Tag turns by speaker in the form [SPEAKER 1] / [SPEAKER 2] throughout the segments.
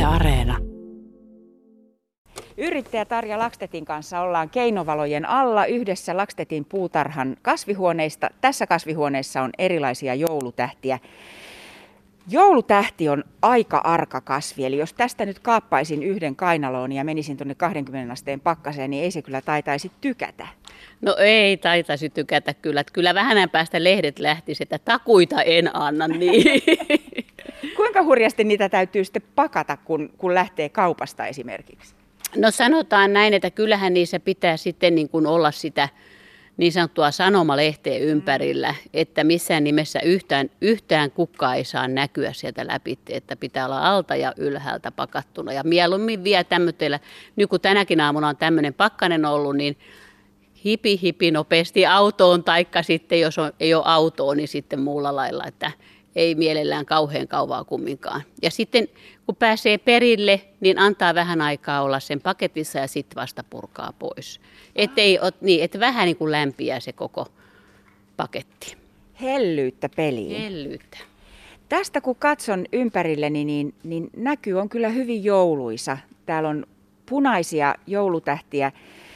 [SPEAKER 1] Yle Areena.
[SPEAKER 2] Yrittäjä Tarja Lakstetin kanssa ollaan Keinovalojen alla yhdessä Lakstetin puutarhan kasvihuoneista. Tässä kasvihuoneessa on erilaisia joulutähtiä. Joulutähti on aika arka kasvi, eli jos tästä nyt kaappaisin yhden kainaloon ja menisin tuonne 20 asteen pakkaseen, niin ei se kyllä taitaisi tykätä.
[SPEAKER 3] No ei taitaisi tykätä kyllä. Kyllä vähän päästä lehdet lähtisi, että takuita en anna niin.
[SPEAKER 2] Kuinka hurjasti niitä täytyy sitten pakata, kun lähtee kaupasta esimerkiksi?
[SPEAKER 3] No sanotaan näin, että kyllähän niissä pitää sitten niin kuin olla sitä niin sanottua sanomalehteä ympärillä, että missään nimessä yhtään kukkaa ei saa näkyä sieltä läpi, että pitää olla alta ja ylhäältä pakattuna. Ja mieluummin vielä tämmöisellä, nyt kun tänäkin aamuna on tämmöinen pakkanen ollut, niin hipi nopeasti autoon, taikka sitten jos ei ole autoa, niin sitten muulla lailla, että ei mielellään kauhean kauaa kumminkaan. Ja sitten kun pääsee perille, niin antaa vähän aikaa olla sen paketissa ja sitten vasta purkaa pois. Että vähän niin kuin lämpiää se koko paketti.
[SPEAKER 2] Hellyyttä peliin.
[SPEAKER 3] Hellyyttä.
[SPEAKER 2] Tästä kun katson ympärilleni, niin näky on kyllä hyvin jouluisa. Täällä on punaisia joulutähtiä.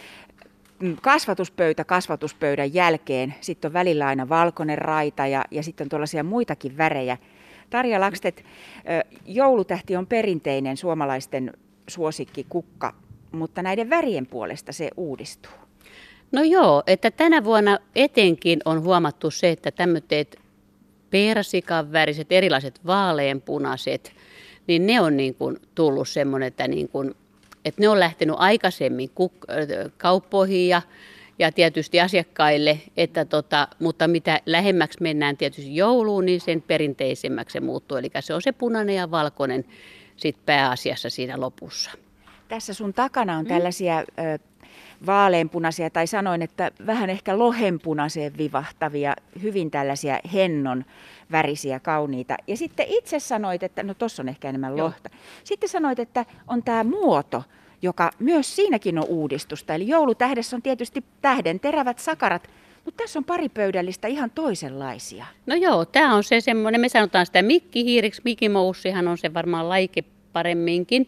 [SPEAKER 2] Kasvatuspöytä kasvatuspöydän jälkeen, sitten on välillä aina valkoinen raita ja sitten on tuollaisia muitakin värejä. Tarja Lakstet, joulutähti on perinteinen suomalaisten suosikkikukka, mutta näiden värien puolesta se uudistuu.
[SPEAKER 3] No joo, että tänä vuonna etenkin on huomattu se, että tämmöiset persikan väriset, erilaiset vaaleanpunaiset, niin ne on niin kuin tullut semmoinen, että ne on lähtenyt aikaisemmin kauppoihin ja tietysti asiakkaille, mutta mitä lähemmäksi mennään tietysti jouluun, niin sen perinteisemmäksi se muuttuu. Eli se on se punainen ja valkoinen sit pääasiassa siinä lopussa.
[SPEAKER 2] Tässä sun takana on tällaisia vaaleanpunaisia, tai sanoin, että vähän ehkä lohenpunaiseen vivahtavia, hyvin tällaisia hennon värisiä, kauniita. Ja sitten itse sanoit, että no tossa on ehkä enemmän lohta. Sitten sanoit, että on tämä muoto, joka myös siinäkin on uudistusta. Eli joulutähdessä on tietysti tähden terävät sakarat, mutta tässä on paripöydällistä ihan toisenlaisia.
[SPEAKER 3] No joo, tämä on se semmoinen, me sanotaan sitä mikkihiiriksi, mikimoussihan on se varmaan laike paremminkin.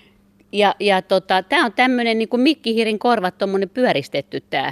[SPEAKER 3] Ja tämä on tämmöinen niin kuin mikkihiirin korvat, tuommoinen pyöristetty tämä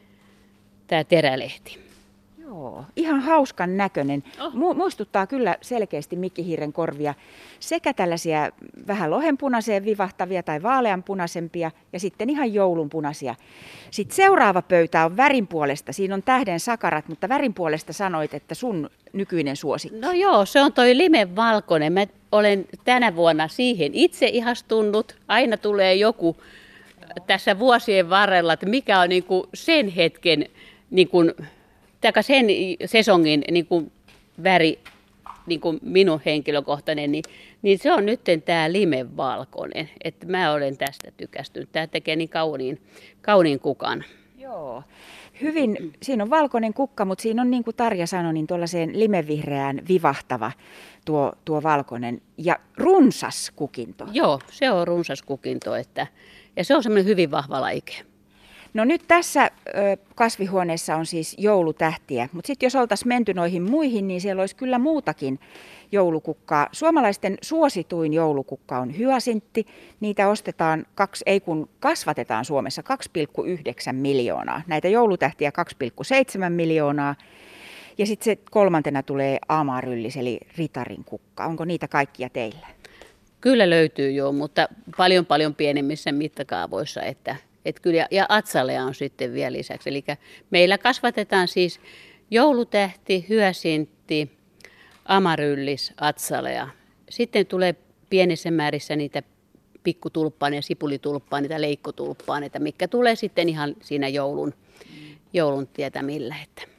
[SPEAKER 3] terälehti.
[SPEAKER 2] Joo, ihan hauskan näköinen. Muistuttaa kyllä selkeästi mikkihiiren korvia. Sekä tällaisia vähän lohenpunaiseen vivahtavia tai vaaleanpunaisempia ja sitten ihan joulunpunaisia. Sitten seuraava pöytä on värin puolesta. Siinä on tähden sakarat, mutta värin puolesta sanoit, että sun nykyinen suosikki.
[SPEAKER 3] No joo, se on toi limevalkoinen. Mä olen tänä vuonna siihen itse ihastunut. Aina tulee joku tässä vuosien varrella, että mikä on niinku sen hetken niinku sen sesongin niin kuin väri, niin kuin minun henkilökohtainen, niin se on nyt tämä limevalkoinen. Että mä olen tästä tykästynyt. Tämä tekee niin kauniin kukan.
[SPEAKER 2] Joo. Hyvin, siinä on valkoinen kukka, mutta siinä on niin kuin Tarja sanoi, niin tuollaiseen limevihreään vivahtava tuo valkoinen ja runsas kukinto.
[SPEAKER 3] Joo, se on runsas kukinto ja se on semmoinen hyvin vahva laike.
[SPEAKER 2] No nyt tässä kasvihuoneessa on siis joulutähtiä, mutta sitten jos oltaisiin menty noihin muihin, niin siellä olisi kyllä muutakin joulukukkaa. Suomalaisten suosituin joulukukka on hyasintti. Niitä ostetaan, kasvatetaan Suomessa 2,9 miljoonaa. Näitä joulutähtiä 2,7 miljoonaa. Ja sitten se kolmantena tulee amaryllis eli ritarin kukka. Onko niitä kaikkia teillä?
[SPEAKER 3] Kyllä löytyy jo, mutta paljon pienemmissä mittakaavoissa, että kyllä, ja atsalea on sitten vielä lisäksi. Eli meillä kasvatetaan siis joulutähti, hyasintti, amaryllis, atsalea. Sitten tulee pienissä määrissä niitä pikkutulppaaneja, sipulitulppaaneja, leikkotulppaaneja, mitkä tulee sitten ihan siinä joulun tietämillä.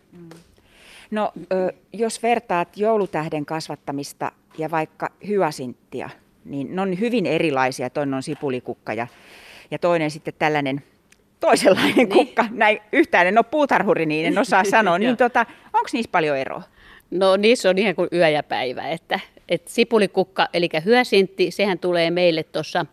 [SPEAKER 2] No jos vertaat joulutähden kasvattamista ja vaikka hyasinttia, niin ne on hyvin erilaisia. Toinen on sipulikukka ja toinen sitten tällainen toisenlainen kukka. Näin yhtään en ole puutarhuri, niin en osaa sanoa. Niin onko niissä paljon eroa?
[SPEAKER 3] No niissä on ihan kuin yö ja päivä. Että sipulikukka, eli hyasintti, sehän tulee meille tuossa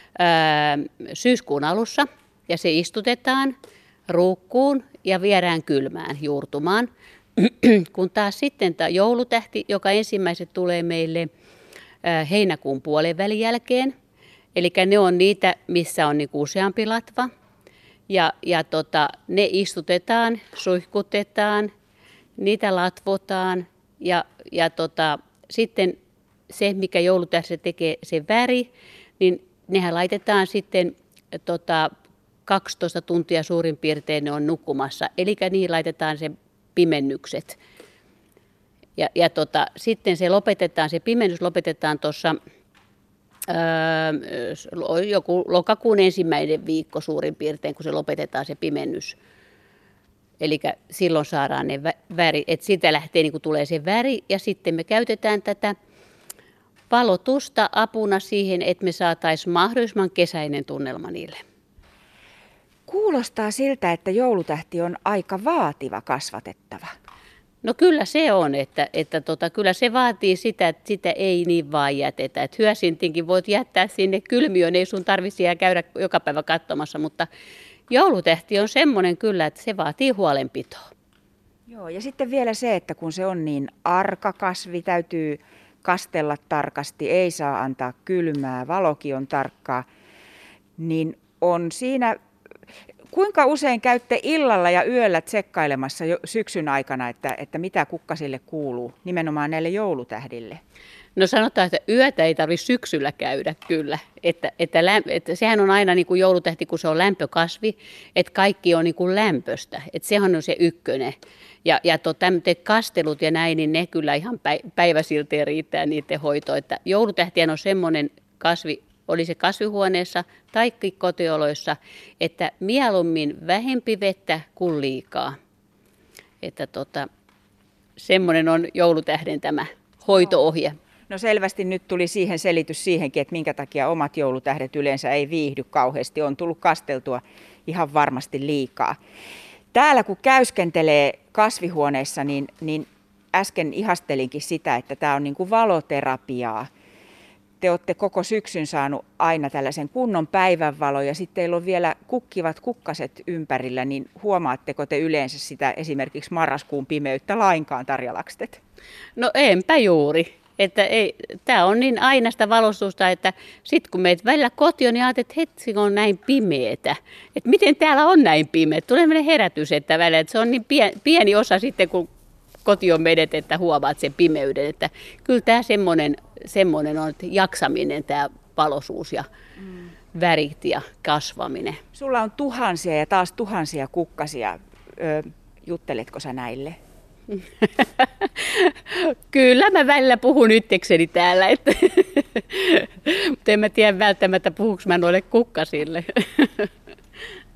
[SPEAKER 3] syyskuun alussa. Ja se istutetaan ruukkuun ja viedään kylmään juurtumaan. Kun taas sitten tämä joulutähti, joka ensimmäiset tulee meille heinäkuun puolen jälkeen. Eli ne on niitä, missä on niinku useampi latva. Ja ne istutetaan, suihkutetaan, niitä latvotaan ja sitten se, mikä joulutähdessä tekee se väri, niin nehän laitetaan sitten 12 tuntia suurin piirtein ne on nukkumassa. Eli niihin laitetaan se pimennykset. Ja sitten se pimennys lopetetaan tuossa joku lokakuun 1. viikko suurin piirtein, kun se lopetetaan se pimennys. Eli silloin saadaan ne väri, että siitä lähtee niin kuin tulee se väri ja sitten me käytetään tätä valotusta apuna siihen, että me saataisiin mahdollisimman kesäinen tunnelma niille.
[SPEAKER 2] Kuulostaa siltä, että joulutähti on aika vaativa kasvatettava.
[SPEAKER 3] No kyllä se on, että kyllä se vaatii sitä, että sitä ei niin vaan jätetä. Että hyösintinkin voit jättää sinne kylmiöön, ei sun tarvitse käydä joka päivä katsomassa, mutta joulutähti on semmoinen kyllä, että se vaatii huolenpitoa.
[SPEAKER 2] Joo, ja sitten vielä se, että kun se on niin arka kasvi, täytyy kastella tarkasti, ei saa antaa kylmää, valokin on tarkkaa, niin on siinä. Kuinka usein käytte illalla ja yöllä tsekkailemassa syksyn aikana, että mitä kukkasille kuuluu, nimenomaan näille joulutähdille?
[SPEAKER 3] No sanotaan, että yötä ei tarvitse syksyllä käydä kyllä. Että sehän on aina niin kuin joulutähti, kun se on lämpökasvi, että kaikki on niin kuin lämpöstä. Että sehän on se ykkönen. Ja tämmöiset kastelut ja näin, niin ne kyllä ihan päiväsilteen riittää niiden hoitoon. Että joulutähtihän on semmoinen kasvi, oli se kasvihuoneessa tai kotioloissa, että mieluummin vähempi vettä kuin liikaa. Että semmoinen on joulutähden tämä hoito-ohje.
[SPEAKER 2] No selvästi nyt tuli siihen selitys siihenkin, että minkä takia omat joulutähdet yleensä ei viihdy kauheasti. On tullut kasteltua ihan varmasti liikaa. Täällä kun käyskentelee kasvihuoneessa, niin äsken ihastelinkin sitä, että tämä on niin kuin valoterapiaa. Te olette koko syksyn saanut aina tällaisen kunnon päivänvalon ja sitten teillä on vielä kukkivat kukkaset ympärillä, niin huomaatteko te yleensä sitä esimerkiksi marraskuun pimeyttä lainkaan, Tarja Laxted?
[SPEAKER 3] No enpä juuri. Tämä on niin ainaista valostusta, että sitten kun meet välillä kotiin, niin ajattelet, että hetki on näin pimeätä. Että miten täällä on näin pimeä? Tulee sellainen herätys, että välillä, että se on niin pieni osa sitten, kun koti on menet, että huomaat sen pimeyden. Että kyllä tämä semmoinen on, että jaksaminen, tämä valoisuus ja värit ja kasvaminen.
[SPEAKER 2] Sulla on tuhansia ja taas tuhansia kukkasia. Jutteletko sä näille?
[SPEAKER 3] Kyllä mä välillä puhun itsekseni täällä, mutta en mä tiedä välttämättä puhuks mä noille kukkasille.